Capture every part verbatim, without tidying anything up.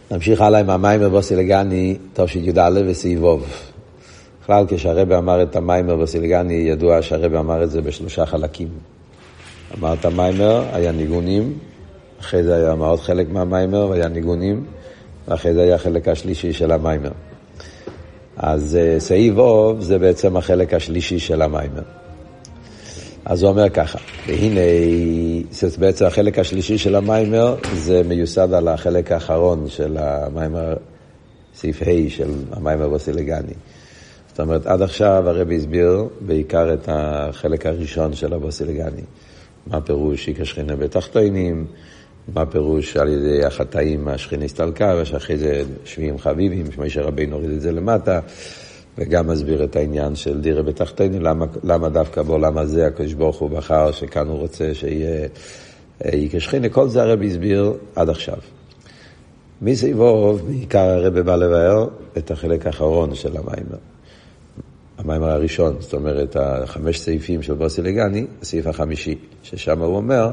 נמשיך הלאה עם המיימר בסילגני, תשי"א וסעיבוב. בכלל, כשהרבא אמר את המיימר בסילגני, ידוע שהרבא אמר את זה בשלושה חלקים. אמר את המיימר, היה ניגונים, אחרי זה היה עוד חלק מהמיימר, והיה ניגונים, ואחרי זה היה החלק השלישי של המיימר. אז סעיבוב זה בעצם החלק השלישי של המיימר. אז הוא אומר ככה, והנה, זה בעצם החלק השלישי של המיימר, זה מיוסד על החלק האחרון של המיימר, סעיף ה' של המיימר בסילגני. זאת אומרת, עד עכשיו הרבי הסביר בעיקר את החלק הראשון של הבסילגני. מה פירוש שיקרא שכינה בתחתונים, מה פירוש על ידי החטאים השכינה הסתלקה, ושאחרי זה שביעים חביבים, שמשה רבינו הוריד את זה למטה, וגם מסביר את העניין של דירה בתחתונים, למה, למה דווקא בעולם הזה הקדוש ברוך הוא בחר, שכאן הוא רוצה שיהיה יקרא שכינה, כל זה הרבי הסביר עד עכשיו. מסעיבוב, בעיקר הרבי בא לבאר את החלק האחרון של המיימר. המיימר הראשון, זאת אומרת, החמש סעיפים של בסילגני, הסעיף החמישי, ששם הוא אומר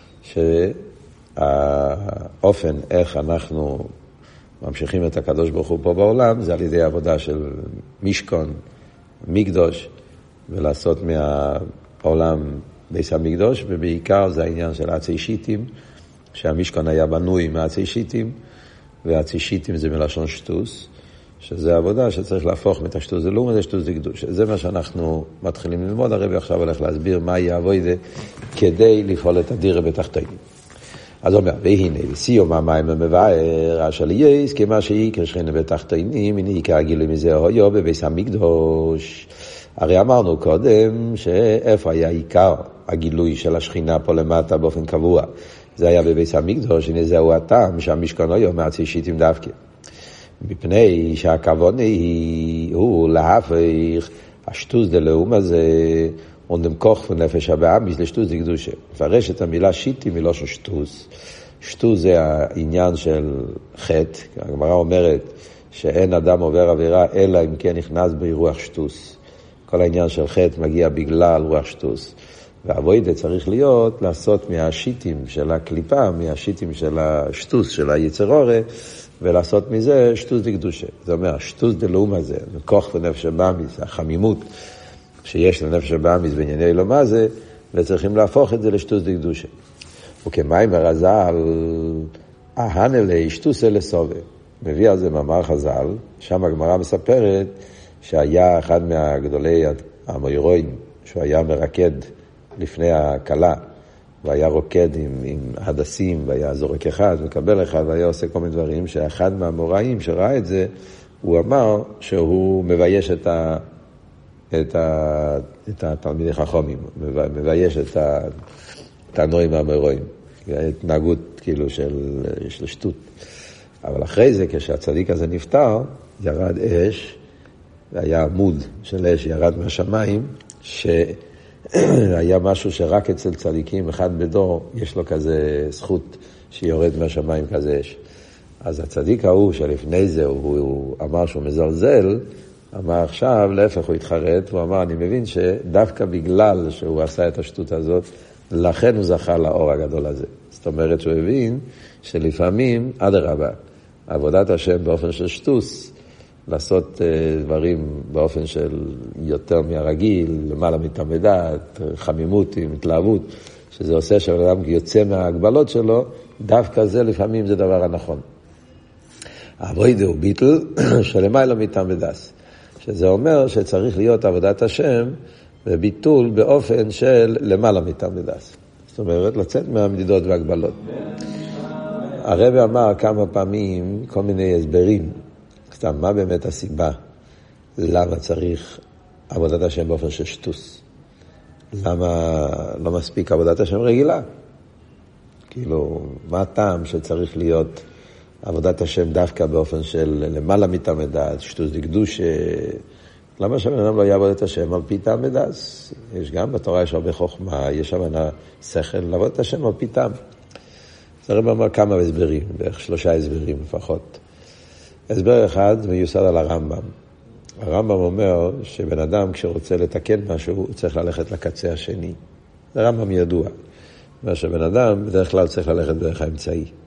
שהאופן איך אנחנו ממשיכים את הקדוש ברוך הוא פה בעולם, זה על ידי העבודה של משכון, מקדוש, ולעשות מהעולם בית המקדוש, ובעיקר זה העניין של עצי שיטים, שהמשכון היה בנוי מעצי שיטים, ועצי שיטים זה מלשון שטוס, שזה עבודה שצריך להפוך מתשטוס זה לאום, זה שטוס זה קדוש. זה מה שאנחנו מתחילים ללמוד. הרבי עכשיו הולך להסביר מה יהיה עבודה כדי לפעול את הדירה בתחתונים. אז הוא אומר, והנה, בסיום המים המבאר, אשר לייס, כמה שיקרא שכינה בתחתונים, הנה עיקר הגילוי מזה היה בבית המקדוש. הרי אמרנו קודם שאיפה היה עיקר הגילוי של השכינה פה למטה באופן קבוע. זה היה בבית המקדוש, הנה זהו הטעם שהמשכון היה מעצי שיטים דווקא. מפני שהכוונה היא, הוא להפך, השטוס דלאום הזה, ונמכוך ונפש הבאמיס לשטוס דקדושה. מפרש את המילה שיטי מלושן שטוס. שטוס זה העניין של חטא. הגמרא אומרת שאין אדם עובר עבירה, אלא אם כן נכנס ברוח שטוס. כל העניין של חטא מגיע בגלל רוח שטוס. והעבודה צריך להיות לעשות מהשיטים של הקליפה, מהשיטים של השטוס, של היצר אורה, ולעשות מזה שטוס דקדושה. זאת אומרת, שטוס דלאום הזה, כוח ונפש הבאמיס, החמימות שיש לנפש הבאמיס בענייני אלוהים הזה, וצריכים להפוך את זה לשטוס דקדושה. וכמיימר הז"ל, ההנלה שטוס אלה סובה. מביא על זה מאמר חז"ל, שם הגמרא מספרת שהיה אחד מהגדולי המוירואים, שהוא היה מרקד לפני הקלה, והיה רוקד עם, עם הדסים, והיה זורק אחד, מקבל אחד, והיה עושה כל מיני דברים, שאחד מהמוראים שראה את זה, הוא אמר שהוא מבייש את, ה, את, ה, את התלמידי חכמים, מבייש את, ה, את הנועים מהמורים, התנהגות כאילו של, של שטות. אבל אחרי זה, כשהצדיק הזה נפטר, ירד אש, והיה עמוד של אש ירד מהשמיים, ש... היה משהו שרק אצל צדיקים, אחד בדור, יש לו כזה זכות שיורד מהשמיים כזה אש. אז הצדיק ההוא שלפני זה הוא, הוא אמר שהוא מזלזל, אמר עכשיו, להפך הוא התחרט, הוא אמר, אני מבין שדווקא בגלל שהוא עשה את השטות הזאת, לכן הוא זכה לאור הגדול הזה. זאת אומרת שהוא הבין שלפעמים, עד הרבה, עבודת השם באופן של שטוס, לעשות דברים באופן של יותר מהרגיל, למעלה מתעמדת, חמימות, התלהבות, שזה עושה שהאדם יוצא מההגבלות שלו, דווקא זה לפעמים זה דבר הנכון. העבודה הוא ביטל שלמעלה מתעמדס, שזה אומר שצריך להיות עבודת השם וביטול באופן של למעלה מתעמדס. זאת אומרת, לצאת מהמדידות והגבלות. הרבי אמר כמה פעמים כל מיני הסברים, סתם, מה באמת הסיבה? למה צריך עבודת השם באופן של שטוס? למה לא מספיק עבודת השם רגילה? כאילו, מה הטעם שצריך להיות עבודת השם דווקא באופן של למעלה מתעמדת, שטוס דקדוש? למה שבן אדם לא יעבוד את השם על פי טעם ודס? יש גם בתורה יש הרבה חוכמה, יש שם שכל לעבוד את השם על פי טעם. זה רב אמר כמה הסברים, בערך שלושה הסברים לפחות. הסבר אחד מיוסד על הרמב"ם. הרמב"ם אומר שבן אדם כשרוצה לתקן משהו, הוא צריך ללכת לקצה השני. זה רמב"ם ידוע. אומר שבן אדם בדרך כלל צריך ללכת דרך האמצעי.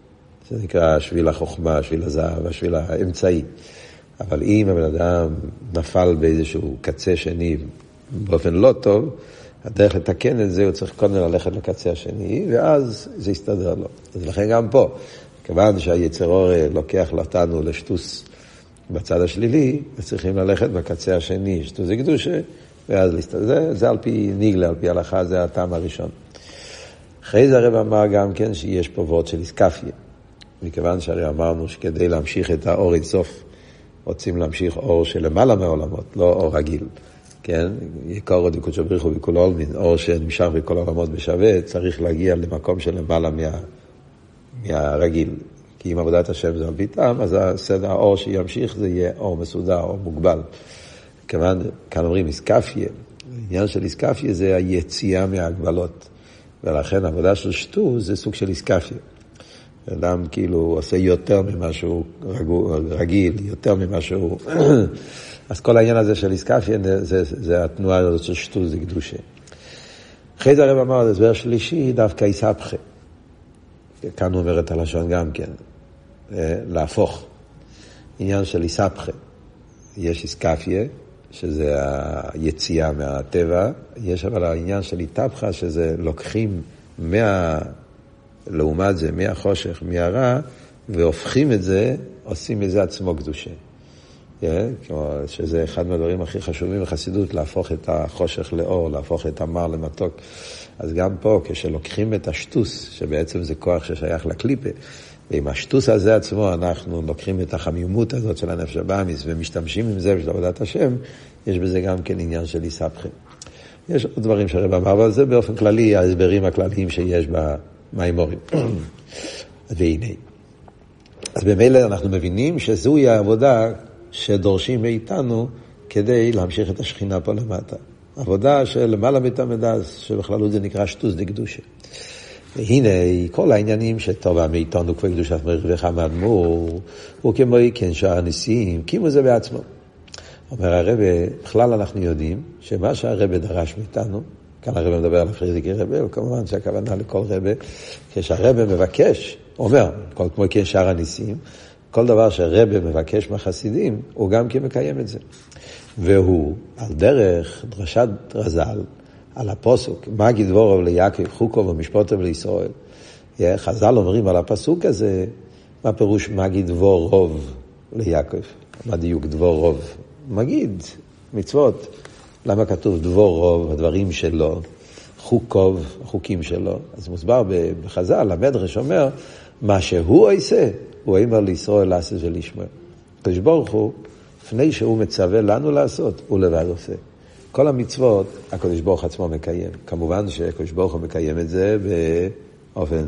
זה נקרא שביל החוכמה, שביל הזהב, השביל האמצעי. אבל אם הבן אדם נפל באיזשהו קצה שני באופן לא טוב, הדרך לתקן את זה, הוא צריך קודם ללכת לקצה השני, ואז זה יסתדר לו. אז לכן גם פה, כיוון שהיצר אור לוקח אותנו לשטוס בצד השלילי, אז צריכים ללכת בקצה השני, שטוס זה קדושה, ואז להסתדר. זה, זה על פי ניגלה, על פי הלכה, זה הטעם הראשון. אחרי זה הרב אמר גם כן שיש פה וורט של איסקפיה. מכיוון שהרי אמרנו שכדי להמשיך את האור אינסוף, רוצים להמשיך אור של למעלה מהעולמות, לא אור רגיל. כן? יקור דקודשו בריך הוא בכל עולמין, אור שנמשך בכל העולמות בשווה, צריך להגיע למקום של למעלה מה, מהרגיל. כי אם עבודת השם זה על ביתם, אז הסדר האור שימשיך זה יהיה אור מסודר, אור מוגבל. כיוון, כאן אומרים איסקפיה, העניין של איסקפיה זה היציאה מההגבלות. ולכן העבודה של שטות זה סוג של איסקפיה. אדם כאילו עושה יותר ממה שהוא רגיל, יותר ממה שהוא... אז כל העניין הזה של איסקפיה, זה, זה, זה התנועה הזאת של שטות, זה קדושה. אחרי זה הרב אמר, זה הסבר שלישי, דווקא איסהפכה. כאן הוא אומר את הלשון גם כן. להפוך. עניין של איסהפכה. יש איסקפיה, שזה היציאה מהטבע. יש אבל העניין של איתהפכה, שזה לוקחים מה... לעומת זה, מהחושך, מהרע, והופכים את זה, עושים מזה עצמו קדושה. שזה אחד מהדברים הכי חשובים בחסידות, להפוך את החושך לאור, להפוך את המר למתוק. אז גם פה, כשלוקחים את השטוס, שבעצם זה כוח ששייך לקליפה, ועם השטוס הזה עצמו אנחנו לוקחים את החמימות הזאת של הנפש הבאמיס, ומשתמשים עם זה בשביל עבודת השם, יש בזה גם כן עניין של איסהפכה. יש עוד דברים שהרב אמר, אבל זה באופן כללי, ההסברים הכלליים שיש במימורים. והנה. אז במילא אנחנו מבינים שזוהי העבודה שדורשים מאיתנו כדי להמשיך את השכינה פה למטה. עבודה של למעלה מתמדס, שבכללות זה נקרא שטוס דקדושה. והנה, כל העניינים שטובה מאיתנו כבר קדושת מריך וחמד מור, הוא כמו כן שער הניסים, כמו זה בעצמו. אומר הרב, בכלל אנחנו יודעים שמה שהרב דרש מאיתנו, כאן הרב מדבר על הפרידיקי רב, וכמובן שהכוונה לכל רב, כשהרב מבקש, אומר, כל כמו כן שער הניסים, כל דבר שהרב מבקש מהחסידים, הוא גם כן מקיים את זה. והוא, על דרך דרשת רז"ל, על הפסוק, מגיד דבורוב ליעקב, חוקו ומשפטו לישראל. חז"ל אומרים על הפסוק הזה, מה פירוש מגיד דבורוב ליעקב? מה דיוק דבורוב? מגיד, מצוות. למה כתוב דבורוב, הדברים שלו, חוקוב, החוקים שלו? אז מוסבר בחז"ל, המדרש אומר, מה שהוא עושה, הוא אומר לישראל לעשות ולשמוע. הקדוש ברוך הוא, לפני שהוא מצווה לנו לעשות, הוא לבד עושה. כל המצוות, הקדוש ברוך עצמו מקיים. כמובן שהקדוש ברוך הוא מקיים את זה באופן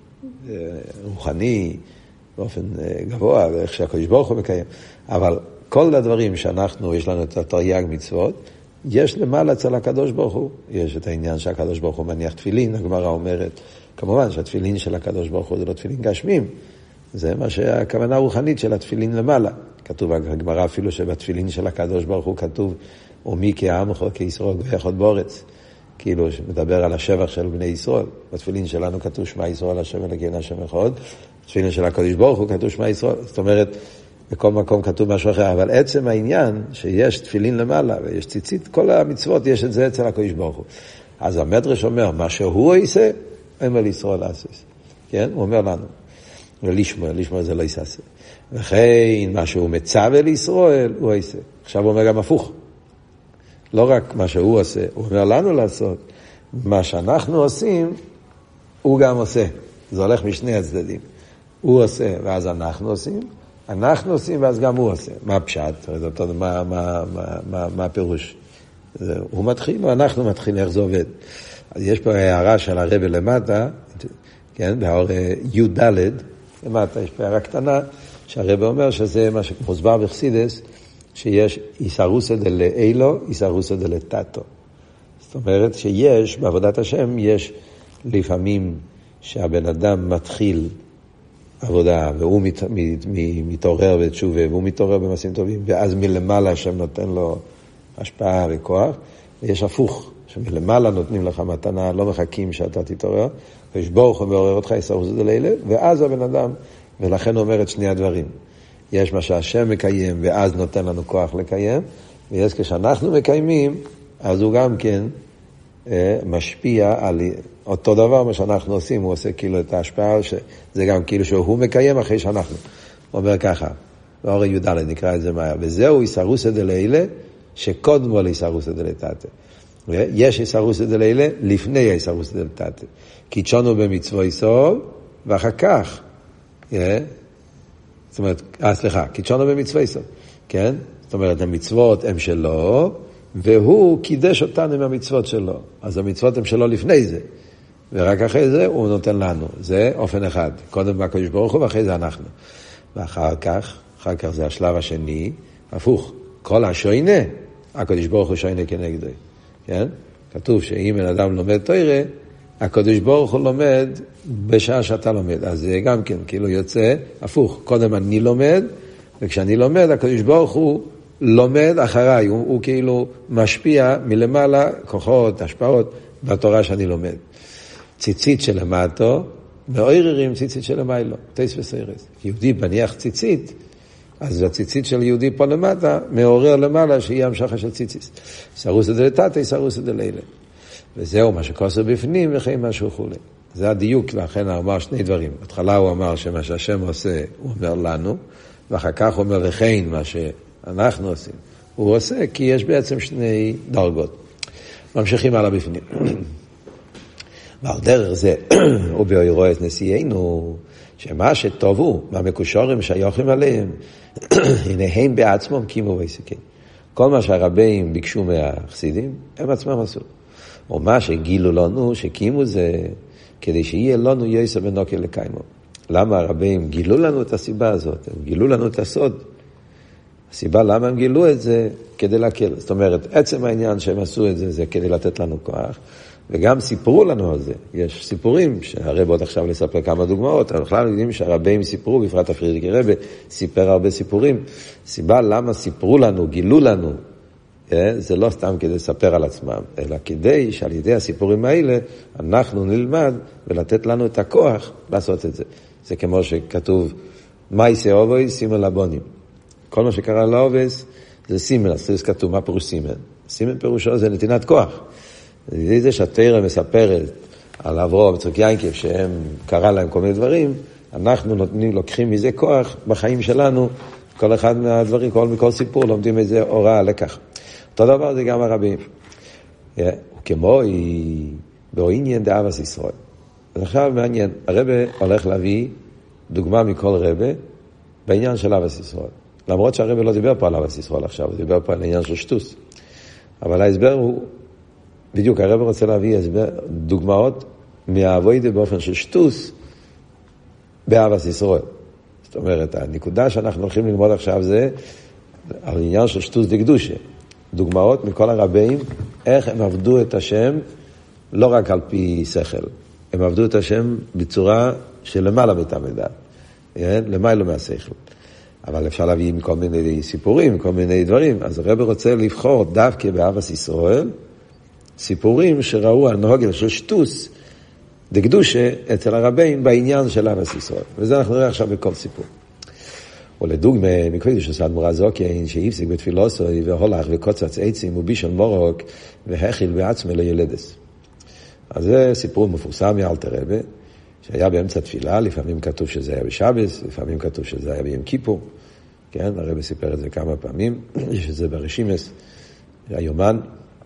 רוחני, באופן גבוה, איך שהקדוש ברוך הוא מקיים. אבל כל הדברים שאנחנו, יש לנו את התרי"ג מצוות, יש למעלה אצל הקדוש ברוך הוא. יש את העניין שהקדוש ברוך הוא מניח תפילין, הגמרא אומרת, כמובן שהתפילין של הקדוש ברוך הוא זה לא תפילין גשמים, זה מה שהכוונה הרוחנית של התפילין למעלה. כתוב הגמרא אפילו שבתפילין של הקדוש ברוך הוא כתוב, ומי כעמך כישראל גויח עוד בארץ. כאילו שמדבר על השבח של בני ישראל. בתפילין שלנו כתוב שמע ישראל השם אלוקינו השם אחד. בתפילין של הקדוש ברוך הוא כתוב שמע ישראל. זאת אומרת, בכל מקום כתוב משהו אחר. אבל עצם העניין שיש תפילין למעלה ויש ציצית, כל המצוות יש את זה אצל הקדוש ברוך הוא. אז המדרש אומר, מה שהוא עושה, אומר לישראל לעשות. כן? הוא אומר לנו. ולשמוע, לשמוע זה לא יסעשה. וכן, מה שהוא מצווה לישראל, הוא עושה. עכשיו הוא אומר גם הפוך. לא רק מה שהוא עושה, הוא אומר לנו לעשות. מה שאנחנו עושים, הוא גם עושה. זה הולך משני הצדדים. הוא עושה, ואז אנחנו עושים. אנחנו עושים, ואז גם הוא עושה. מה הפשט? מה, מה, מה, מה, מה הפירוש? זה, הוא מתחיל, או אנחנו מתחילים, איך זה עובד? אז יש פה הערה של הרב למטה, כן, בהערה י' ד' למטה, יש פה הערה קטנה, שהרב אומר שזה מה שמוסבר בחסידות, שיש איסרוסא דלאילו, איסרוסא דלתתו. זאת אומרת שיש, בעבודת השם, יש לפעמים שהבן אדם מתחיל עבודה, והוא מת, מת, מתעורר בתשובה, והוא מתעורר במעשים טובים, ואז מלמעלה השם נותן לו השפעה וכוח, ויש הפוך, שמלמעלה נותנים לך מתנה, לא מחכים שאתה תתעורר, ויש ברוך הוא מעורר אותך איסרוסא דלאילו, ואז הבן אדם ולכן הוא אומר את שני הדברים. יש מה שהשם מקיים ואז נותן לנו כוח לקיים, ויש כשאנחנו מקיימים, אז הוא גם כן אה, משפיע על אותו דבר מה שאנחנו עושים, הוא עושה כאילו את ההשפעה, שזה גם כאילו שהוא מקיים אחרי שאנחנו. הוא אומר ככה, באור י"ד נקרא את זה מהר, וזהו איסרוסא דלילה שקודמו לאיסרוסא דלתתא. יש איסרוסא דלילה לפני איסרוסא דלתתא. קידשונו במצוות סוף, ואחר כך, זאת אומרת, אה, סליחה, קידשונו במצוות סוף, כן? זאת אומרת, המצוות הם שלו, והוא קידש אותנו מהמצוות שלו. אז המצוות הם שלו לפני זה. ורק אחרי זה הוא נותן לנו. זה אופן אחד. קודם בקדוש ברוך הוא, ואחרי זה אנחנו. ואחר כך, אחר כך זה השלב השני, הפוך. כל השוינה, הקדוש ברוך הוא שוינה כנגדו. כן? כתוב שאם בן אדם לומד תורה, הקדוש ברוך הוא לומד בשעה שאתה לומד. אז זה גם כן, כאילו יוצא, הפוך. קודם אני לומד, וכשאני לומד, הקדוש ברוך הוא לומד אחריי. הוא, הוא כאילו משפיע מלמעלה, כוחות, השפעות, בתורה שאני לומד. ציצית שלמטו, מעוררים ציצית שלמיילו, טייס וסיירס. יהודי בניח ציצית, אז הציצית של יהודי פה למטה, מעורר למעלה שיהיה המשכה של ציציס. סרוסא דלתתא, סרוסא דלילה. וזהו מה שכוסר בפנים וכן משהו חולה. זה הדיוק, לכן הוא אמר שני דברים. בהתחלה הוא אמר שמה שהשם עושה, הוא אומר לנו, ואחר כך הוא אומר וכן מה שאנחנו עושים. הוא עושה כי יש בעצם שני דרגות. ממשיכים הלאה בפנים. ועל דרך זה, ובאוירו את נשיאנו, שמה שטובו, מהמקושרים שהיוחים עליהם, הנה הם בעצמם קימו ועסקים. כל מה שהרבים ביקשו מהחסידים, הם עצמם עשו. ומה שגילו לנו, שקימו זה, כדי שיהיה לנו יסר ונוקל לקיימו. למה הרבים גילו לנו את הסיבה הזאת? הם גילו לנו את הסוד. הסיבה למה הם גילו את זה, כדי להקל. זאת אומרת, עצם העניין שהם עשו את זה, זה כדי לתת לנו כוח. וגם סיפרו לנו על זה. יש סיפורים, שהרב עוד עכשיו לספר כמה דוגמאות, אבל בכלל יודעים שהרבים סיפרו, בפרט הפרידיקי רבי, סיפר הרבה סיפורים. סיבה למה סיפרו לנו, גילו לנו, זה לא סתם כדי לספר על עצמם, אלא כדי שעל ידי הסיפורים האלה, אנחנו נלמד ולתת לנו את הכוח לעשות את זה. זה כמו שכתוב, מייסי אובוי סימן לבונים. כל מה שקרה לאובס, זה סימן, אז זה כתוב, מה פירוש סימן? סימן פירושו זה נתינת כוח. זה זה שהתורה מספרת על אברהם ויצחק יעקב שהם קרה להם כל מיני דברים, אנחנו נותנים, לוקחים מזה כוח בחיים שלנו, כל אחד מהדברים, כל מכל סיפור לומדים איזה הוראה, לקח. אותו דבר זה גם הרבים. כמו היא בעניין דאבס ישראל. אז עכשיו מעניין, הרב הולך להביא דוגמה מכל רב בעניין של אבס ישראל. למרות שהרב לא דיבר פה על אבס ישראל עכשיו, הוא דיבר פה על העניין של שטוס. אבל ההסבר הוא, בדיוק הרב רוצה להביא הסבר, דוגמאות מהעבודה באופן של שטוס באבס ישראל. זאת אומרת, הנקודה שאנחנו הולכים ללמוד עכשיו זה על עניין של שטוס דקדושה. דוגמאות מכל הרבים, איך הם עבדו את השם, לא רק על פי שכל, הם עבדו את השם בצורה של למעלה מתעמדה, למעלה מהשכל. אבל אפשר להביא עם כל מיני סיפורים, כל מיני דברים. אז הרב רוצה לבחור דווקא באבס ישראל, סיפורים שראו הנהוגל של שטוס, דקדושה אצל הרבים בעניין של אבס ישראל. וזה אנחנו נראה עכשיו בכל סיפור. ולדוגמה, מקוידש של אדמו"ר הזקן, שהפסיק בתפילוסו, והולך וקוצץ עצים ובישון מורוק, והחיל בעצמו לילדס. אז זה סיפור מפורסם מאלתר רבי, שהיה באמצע תפילה, לפעמים כתוב שזה היה בשבס, לפעמים כתוב שזה היה ביום כיפור. כן, הרבי סיפר את זה כמה פעמים, שזה ברשימס, היומן,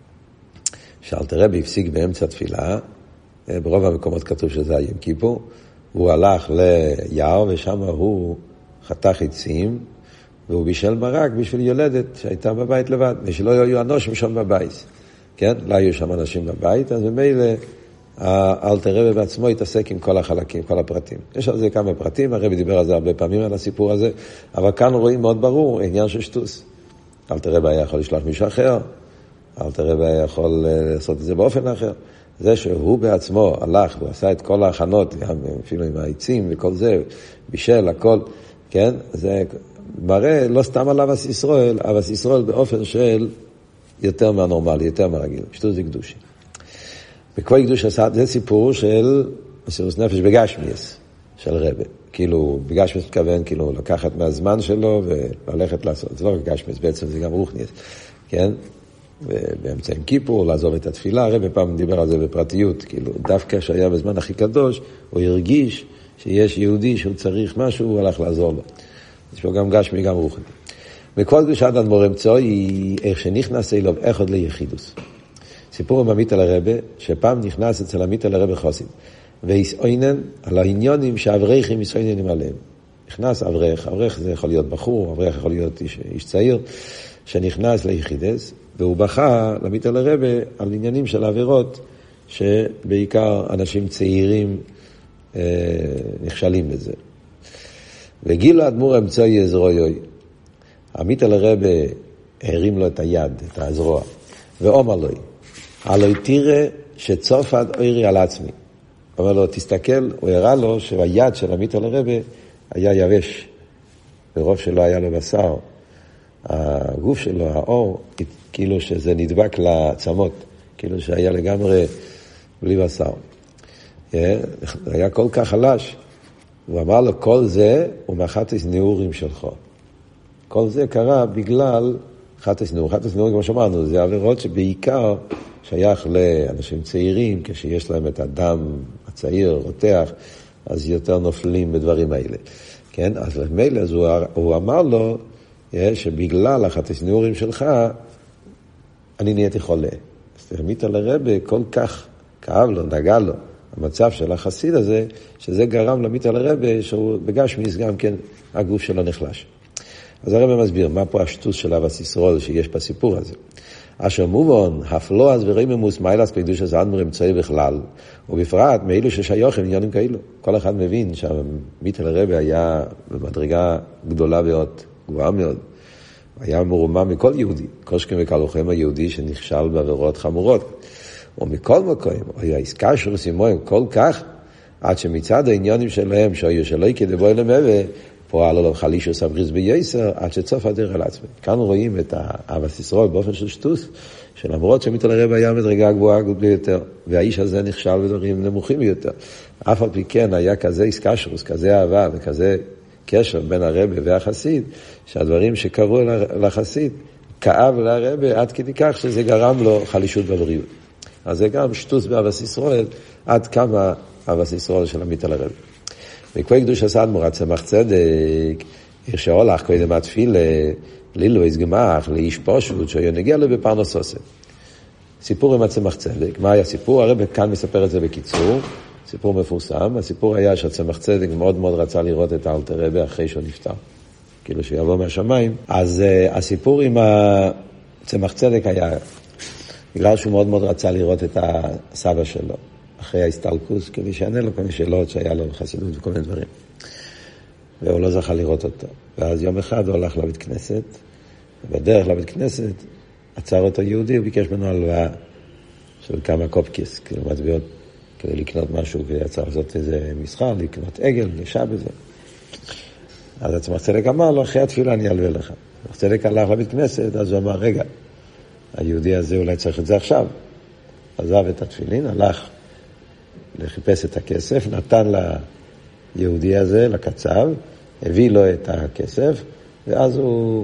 שאלתר רבי הפסיק באמצע תפילה, ברוב המקומות כתוב שזה היה יום כיפור, והוא הלך ליער, ושם הוא חתך עצים, והוא בישל מרק בשביל יולדת שהייתה בבית לבד, ושלא היו אנשים שם בבית. כן? לא היו שם אנשים בבית, אז במילא האלתר רבי בעצמו התעסק עם כל החלקים, כל הפרטים. יש על זה כמה פרטים, הרבי דיבר על זה הרבה פעמים על הסיפור הזה, אבל כאן רואים מאוד ברור, עניין של שטוס. האלתר רבי היה יכול לשלוח מישהו אחר, האלתר רבי היה יכול לעשות את זה באופן אחר. זה שהוא בעצמו הלך והוא עשה את כל ההכנות, גם אפילו עם העצים וכל זה, בישל, הכל, כן? זה מראה לא סתם על אבס ישראל, אבס ישראל באופן של יותר מהנורמלי, יותר מהרגיל, שטוס דקדושה. בכל קדושה זה סיפור של מסירות נפש בגשמיאס, של רבי. כאילו, בגשמס מתכוון, כאילו, לקחת מהזמן שלו וללכת לעשות. זה לא בגשמס, בעצם זה גם רוחניס, כן? באמצעים כיפור, לעזוב את התפילה. הרבי פעם דיבר על זה בפרטיות, כאילו, דווקא שהיה בזמן הכי קדוש, הוא הרגיש שיש יהודי שהוא צריך משהו, הוא הלך לעזור לו. יש פה גם גשמי, גם רוחני. בכל קדושת אדמו"ר אמצעי היא איך שנכנס אליו אחד ליחידוס. סיפור עם עמית אל הרבי, שפעם נכנס אצל עמית אל הרבי חסיד, ויסעינן על העניונים שאברכים יסעיננים עליהם. נכנס אברך, אברך זה יכול להיות בחור, אברך יכול להיות איש, איש צעיר, שנכנס ליחידס, והוא בכה לעמית אל הרבי על עניינים של עבירות, שבעיקר אנשים צעירים אה, נכשלים בזה. וגילו אדמו"ר אמצעי עזרויוי, עמית אל הרבי הרים לו את היד, את הזרוע, ואומר לו, הלוי תראה שצופד אוירי על עצמי. אומר לו, תסתכל, הוא הראה לו שהיד של עמית אל הרבי היה יבש, ברוב שלא היה לו בשר. הגוף שלו, האור, כאילו שזה נדבק לעצמות, כאילו שהיה לגמרי בלי בשר. היה כל כך חלש. הוא אמר לו, כל זה הוא מאחתס נעורים שלך. כל זה קרה בגלל חתס נעור. חתס נעור, כמו שאמרנו, זה עבירות שבעיקר שייך לאנשים צעירים, כשיש להם את הדם הצעיר, רותח, אז יותר נופלים בדברים האלה. כן? אז למילא, אז הוא, הוא אמר לו, שבגלל החתס נעורים שלך, אני נהייתי חולה. אז תרמית על הרבי, כל כך כאב לו, נגע לו, המצב של החסיד הזה, שזה גרם לעמית אל הרבי, שהוא בגשמיס גם כן, הגוף שלו נחלש. אז הרבי מסביר, מה פה השטוס של אבס ישרול שיש בסיפור הזה. אשר מובן, הפלואז וריממוס מיילס קדושת אדמו"ר אמצעי בכלל, ובפרט מאילו ששיוכם עניינים כאלו. כל אחד מבין שעמית אל הרבי היה במדרגה גדולה מאוד, גבוהה מאוד. היה מרומם מכל יהודי, קושקם וקלוחם היהודי שנכשל בעבירות חמורות. ומכל מקום, היה עסקה של סימוים כל כך, עד שמצד העניינים שלהם, שהיו שלא כדבו אליהם אבה, פועל עליו חלישו סבריז בייסר, עד שצוף הדרך על עצמם. כאן רואים את אבס ישרול באופן של שטוס, שלמרות שעמית אל הרבי היה מדרגה גבוהה ביותר, והאיש הזה נכשל בדברים נמוכים ביותר. אף על פי כן היה כזה עסקשוס, כזה אהבה וכזה קשר בין הרבי והחסיד, שהדברים שקרו לחסיד, כאב להרבי עד כדי כך שזה גרם לו חלישות בבריאות. אז זה גם שטוס באבס ישרול, עד כמה אבס ישרול של עמית אל הרבי. וכוי קדושת אדמו"ר הצמח צדק, איך שהולך קודם התפילה, לילו איז גמח, לאיש פשוט, שהוא נגיע לו בפרנסוסה. סיפור עם הצמח צדק. מה היה סיפור? הרבי כאן מספר את זה בקיצור, סיפור מפורסם. הסיפור היה שהצמח צדק מאוד מאוד רצה לראות את האלטר רבי אחרי שהוא נפטר, כאילו שיבוא מהשמיים. אז uh, הסיפור עם הצמח צדק היה, בגלל שהוא מאוד מאוד רצה לראות את הסבא שלו, אחרי ההסתלקוס, כדי שיענה לו כל מיני שאלות שהיה לו בחסידות וכל מיני דברים. והוא לא זכה לראות אותו. ואז יום אחד הוא הלך לבית כנסת, ובדרך לבית כנסת עצר אותו יהודי, הוא ביקש ממנו הלוואה של כמה קופקיס, כאילו מטבעות, כדי לקנות משהו, כדי יצא לעשות איזה מסחר, לקנות עגל, לשעה בזה. אז הצמח צדק אמר לו, אחרי התפילה אני אלווה לך. הצמח צדק הלך לבית כנסת, אז הוא אמר, רגע, היהודי הזה אולי צריך את זה עכשיו. עזב את התפילין, הלך לחיפש את הכסף, נתן ליהודי הזה, לקצב, הביא לו את הכסף, ואז הוא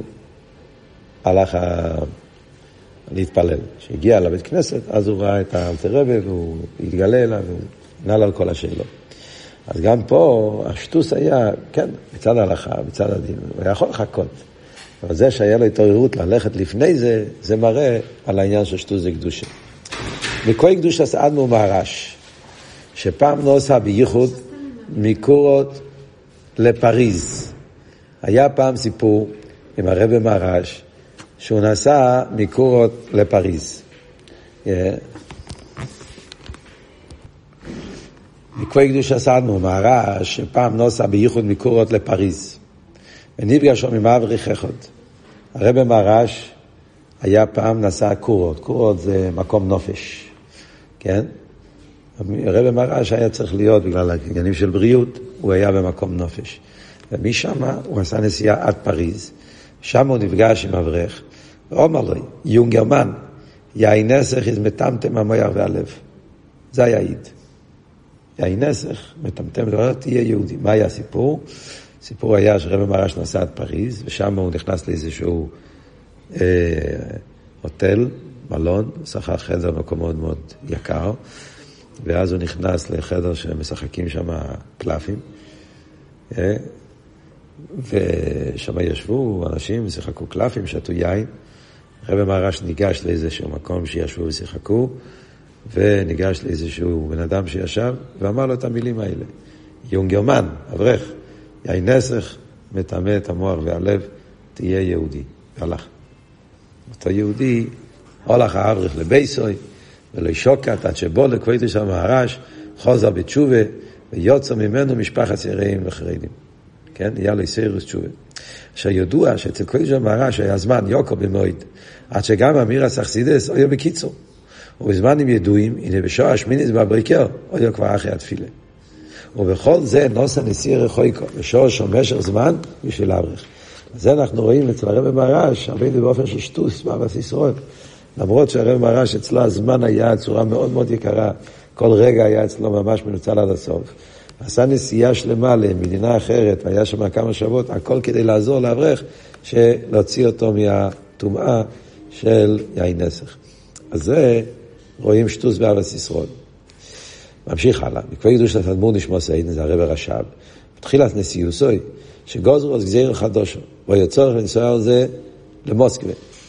הלך ה... להתפלל. כשהגיע לבית כנסת, אז הוא ראה את האלטר רבי, והוא התגלה אליו, והוא נעל על כל השאלות. אז גם פה, השטוס היה, כן, מצד ההלכה, מצד הדין, הוא היה יכול לחכות. אבל זה שהיה לו התעוררות ללכת לפני זה, זה מראה על העניין של שטוס זה קדושה. וכוי קדושת אדמו"ר מהר"ש, שפעם נוסע בייחוד מקורות לפריז. היה פעם סיפור עם הרבי מהר"ש, שהוא נסע מקורות לפריז. וכוי קדושת אדמו"ר מהר"ש, שפעם נוסע בייחוד מקורות לפריז. ונפגש שם עם אברך אחד. הרבי מהר"ש היה פעם נסע קורות. קורות זה מקום נופש. כן? הרבי מהר"ש היה צריך להיות, בגלל העניינים של בריאות, הוא היה במקום נופש. ומשם הוא עשה נסיעה עד פריז. שם הוא נפגש עם אברך. ואומר לו, יונגרמן, יאי נסך איז מטמטם המויר והלב. זה היה עיד. יין נסך, מטמטם, לא תהיה יהודי. מה היה הסיפור? הסיפור היה שרבי מרש נסע עד פריז, ושם הוא נכנס לאיזשהו אה, הוטל, מלון, שכר חדר מקום מאוד מאוד יקר, ואז הוא נכנס לחדר שמשחקים שם קלפים, אה, ושם ישבו אנשים, שיחקו קלפים, שתו יין, רבי מרש ניגש לאיזשהו מקום שישבו ושיחקו, וניגש לאיזשהו בן אדם שישב, ואמר לו את המילים האלה. יונגרמן, אברך, יין נסך, מטמא את המוח והלב, תהיה יהודי. והלך. אותו יהודי, הולך האברך לבייסוי, ולא שוקת, עד שבו לקוויתו של המהרש, חוזר בתשובה, ויוצא ממנו משפחת צעירים וחרדים. כן? היה לו יסירוס תשובה. אשר ידוע שאצל קוויתו של המהרש היה זמן יוקר במועד, עד שגם אמיר הסכסידס היה בקיצור. ובזמנים ידועים, הנה בשעה השמינית בבריקר, היה כבר אחרי התפילה. ובכל זה נוסע נשיא רחויקו, בשעה שמשך זמן בשביל אברך. אז זה אנחנו רואים אצל הרב מרש, הרבה באופן של שטוס, באבס ישראל. למרות שהרב מרש אצלו הזמן היה צורה מאוד מאוד יקרה, כל רגע היה אצלו ממש מנוצל עד הסוף. עשה נסיעה שלמה למדינה אחרת, והיה שם כמה שבועות, הכל כדי לעזור לאברך, שלהוציא אותו מהטומאה של יין נסך. אז זה רואים שטוס באבס ישראל. ממשיך הלאה. בקווי קדוש לתדמור נשמע סעידן, זה הרב הרש"ב. בתחילת נשיאוסוי, שגוזרו אז גזיר חדושו, והיה צורך לנסוע על זה למוסקבה.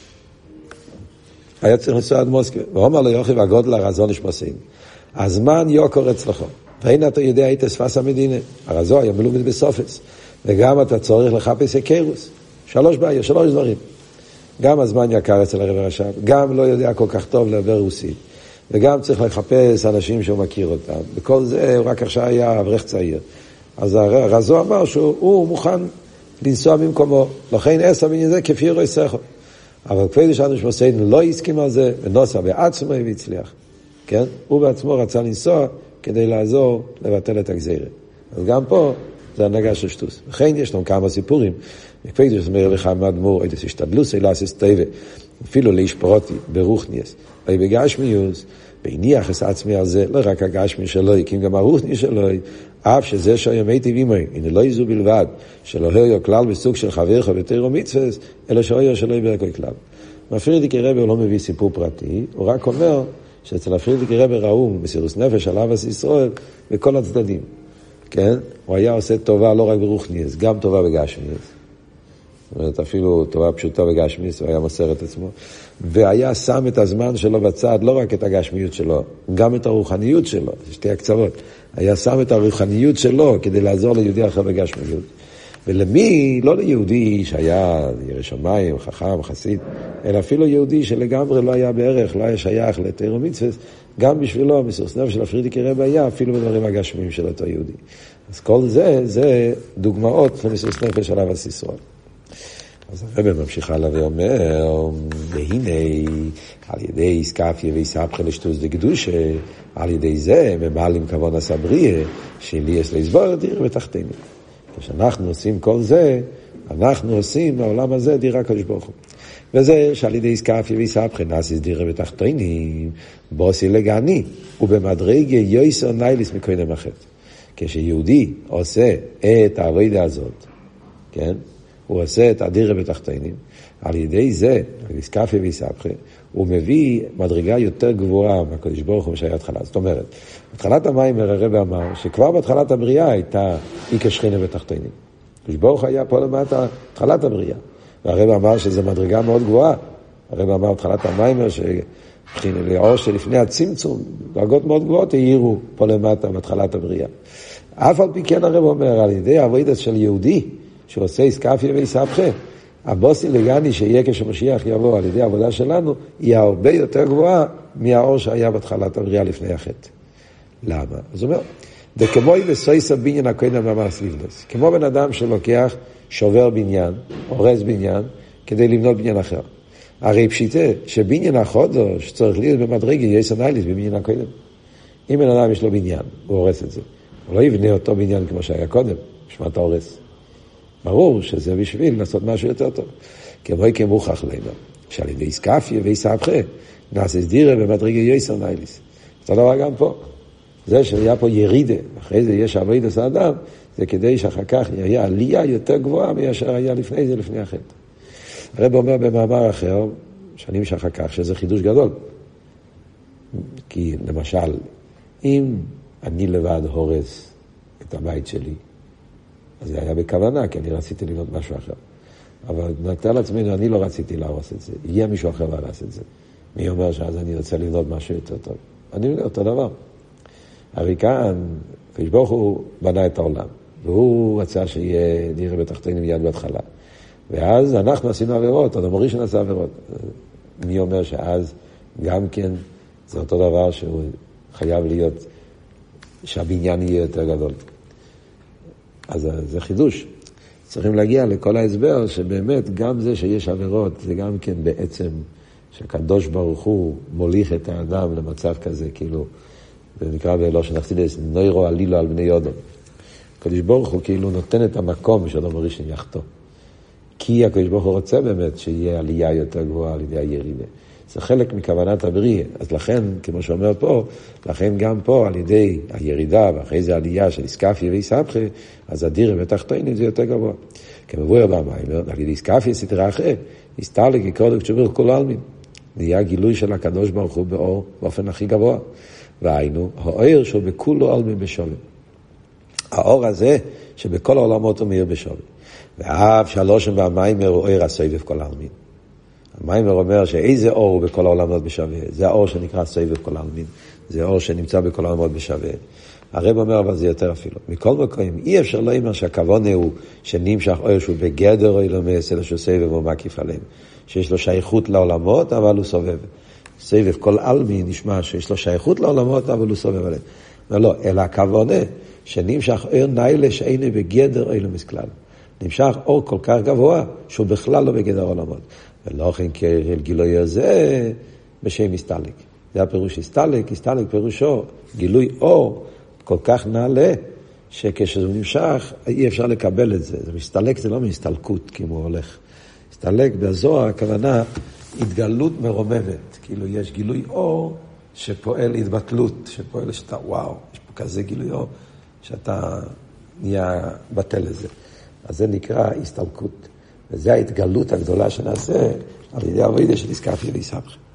היה צריך לנסוע עד מוסקבה. ואומר לו יוכי והגודל הרזון נשמע סעידן. הזמן יוקר אצלך. והנה אתה יודע, היית שפס המדינה. הרזון היה מלומד בסופס. וגם אתה צורך לחפש היכרוס. שלוש בעיות, שלוש דברים. גם הזמן יקר אצל הרב הרש"ב, גם לא יודע כל כך טוב לדבר רוסית, וגם צריך לחפש אנשים שהוא מכיר אותם. וכל זה הוא רק עכשיו היה אברך צעיר. אז הרזו אמר שהוא מוכן לנסוע במקומו, לכן עשה בעניין זה כפי רואי סכו. אבל כפי שאנו שמוסיינו לא הסכים על זה, ונוסע בעצמו והצליח. כן? הוא בעצמו רצה לנסוע כדי לעזור לבטל את הגזירה. אז גם פה זה הנהגה של שטוס. לכן יש לנו כמה סיפורים. וכפי שאומר לך מדמור, אידס השתדלוס, אלה עשס טבע, אפילו לאיש פרוטי, ברוכניאס, אי בגשמיוס, בהניח את עצמי על זה, לא רק הגשמי שלוי, כי גם הרוכני שלוי, אף שזה שהיום הייתי וימוי, הנה לא יזו בלבד, שלא היו כלל בסוג של חברך ותירו מצווס, אלא שהיו שלוי בכל כלל. הפרידיקי רבי הוא לא מביא סיפור פרטי, הוא רק אומר שאצל הפרידיקי רבי ראו מסירוס נפש על אבס ישראל בכל הצדדים. כן? הוא היה עושה טובה לא רק ברוכניאס, גם טובה בגשמיוס. זאת אומרת, אפילו טובה פשוטה בגשמיוס, הוא היה מוסר את עצמו. והיה שם את הזמן שלו בצד, לא רק את הגשמיות שלו, גם את הרוחניות שלו, שתי הקצוות. היה שם את הרוחניות שלו כדי לעזור ליהודי אחר בגשמיות. ולמי, לא ליהודי שהיה ירא שמיים, חכם, חסיד, אלא אפילו יהודי שלגמרי לא היה בערך, לא היה שייך לתורה ומצוות, גם בשבילו, מסירוס נפש של הפרידיקי רבי היה, אפילו בדברים הגשמיים של אותו יהודי. אז כל זה, זה דוגמאות למסירוס נפש של אבס ישראל. אז הרב ממשיך הלאה ואומר, והנה, על ידי סקפיה ויסבכה לשטוס וקדושה, על ידי זה ממלאים כבון הסבריה, שלי יש להסבור דיר ותחתינו. כשאנחנו עושים כל זה, אנחנו עושים מהעולם הזה דירה קדוש ברוך הוא. וזה שעל ידי סקפיה ויסבכה נעשיס דירה ותחתינים, בוסי לגני, ובמדרגה יויסר נייליס מקודם אחת. כשיהודי עושה את העבודה הזאת, כן? הוא עושה את הדירה בתחתינים, על ידי זה, על ידי סקפיה ויסבכה, הוא מביא מדרגה יותר גבוהה מהקדוש ברוך הוא שהיה התחלה. זאת אומרת, בתחילת המים הרב אמר שכבר בתחילת הבריאה הייתה איקה שכינה בתחתינים. הקדוש ברוך היה פה למטה התחלת הבריאה. והרב אמר שזה מדרגה מאוד גבוהה. הרב אמר בתחילת המים לאור שלפני הצמצום, דרגות מאוד גבוהות העירו פה למטה בתחילת הבריאה. אף על פי כן הרב אומר, על ידי העבודה של יהודי, שעושה סקפיה ויסבכה, הבוסי לגני שיהיה כשמשיח יבוא על ידי העבודה שלנו, היא הרבה יותר גבוהה מהאור שהיה בתחילת הבריאה לפני החטא. למה? אז הוא אומר, דכמוי וסויסה בניין הקודם מאמר סליבדוס. כמו בן אדם שלוקח שובר בניין, אורז בניין, כדי לבנות בניין אחר. הרי פשיטה שבניין החודש צריך להיות במדרגה יסר נייליס בבניין הקודם. אם בן אדם יש לו בניין, הוא הורס את זה. הוא לא יבנה אותו בניין כמו שהיה קודם, בשמת ההורס. ברור שזה בשביל לעשות משהו יותר טוב. כמו כמוכח לימה, שעל ידי סקפיה ויסבכה, נעשה דירה במדרגה יסר נייליס. זה דבר גם פה. זה שהיה פה ירידה, אחרי זה יש עבודת האדם, זה כדי שאחר כך יהיה עלייה יותר גבוהה מאשר היה לפני זה, לפני החטא. הרב אומר במאמר אחר, שנים שאחר כך, שזה חידוש גדול. כי למשל, אם אני לבד הורס את הבית שלי, אז זה היה בכוונה, כי אני רציתי לבנות משהו אחר. אבל נתן לעצמנו, אני לא רציתי להרוס את זה. יהיה מישהו אחר להרוס את זה. מי אומר שאז אני רוצה לבנות משהו יותר טוב? אני מבין אותו דבר. הרי כאן, הקדוש ברוך הוא בנה את העולם, והוא רצה שיהיה נראה בתחתינו מיד בהתחלה. ואז אנחנו עשינו עבירות, אדם הראשון עשה עבירות. מי אומר שאז גם כן זה אותו דבר שהוא חייב להיות, שהבניין יהיה יותר גדול. אז זה חידוש. צריכים להגיע לכל ההסבר שבאמת גם זה שיש עבירות, זה גם כן בעצם שקדוש ברוך הוא מוליך את האדם למצב כזה, כאילו, זה נקרא בלא שנחסידס, נוירו עלילו על בני יודו. הקדוש ברוך הוא כאילו נותן את המקום שאדם הראשון יחתו. כי הקדוש ברוך הוא רוצה באמת שיהיה עלייה יותר גבוהה על ידי הירידה. זה חלק מכוונת הבריא. אז לכן, כמו שאומר פה, לכן גם פה על ידי הירידה ואחרי זה עלייה של איסקפיה ואיסבכה, אז הדירה בתחתינו זה יותר גבוה. כמבואר במים, על ידי איסקפיה סתרה אחרי, הסתלק יקרודק תשובר כל העלמין. נהיה גילוי של הקדוש ברוך הוא באור באופן הכי גבוה. והיינו, האור שהוא בכולו עלמין בשווה. האור הזה שבכל העולמות הוא מאיר בשווה. ואף שהלושן והמיימר הוא אור הסובב כל העלמין. המיימר אומר שאיזה אור הוא בכל העולמות בשווה. זה האור שנקרא סובב כל העלמין. זה אור שנמצא בכל העולמות בשווה. הרב אומר אבל זה יותר אפילו. מכל מקום, אי אפשר לא אומר שהכוונה הוא שנמשך אור שהוא בגדר או אילומס, אלא שהוא סובב ומקיף עליהם. שיש לו שייכות לעולמות, אבל הוא סובב. סובב כל עלמין נשמע שיש לו שייכות לעולמות, אבל הוא סובב עליהם. לא, לא, אלא הכוונה שנמשך אור ניילה שאינו בגדר או אילומס כלל. נמשך אור כל כך גבוה שהוא בכלל לא בגדר עולמות. ולא כן כאל גילוי הזה בשם הסתלק. זה הפירוש הסתלק, הסתלק פירושו גילוי אור כל כך נעלה שכשזה נמשך אי אפשר לקבל את זה. זה מסתלק, זה לא מסתלקות כמו הולך. הסתלק בזוהר הכוונה התגלות מרוממת. כאילו יש גילוי אור שפועל התבטלות, שפועל שאתה וואו, יש פה כזה גילוי אור שאתה נהיה בטל לזה. אז זה נקרא הסתלקות. וזו ההתגלות הגדולה שנעשה על ידי עבודה של איסקפיה ואיסבכה.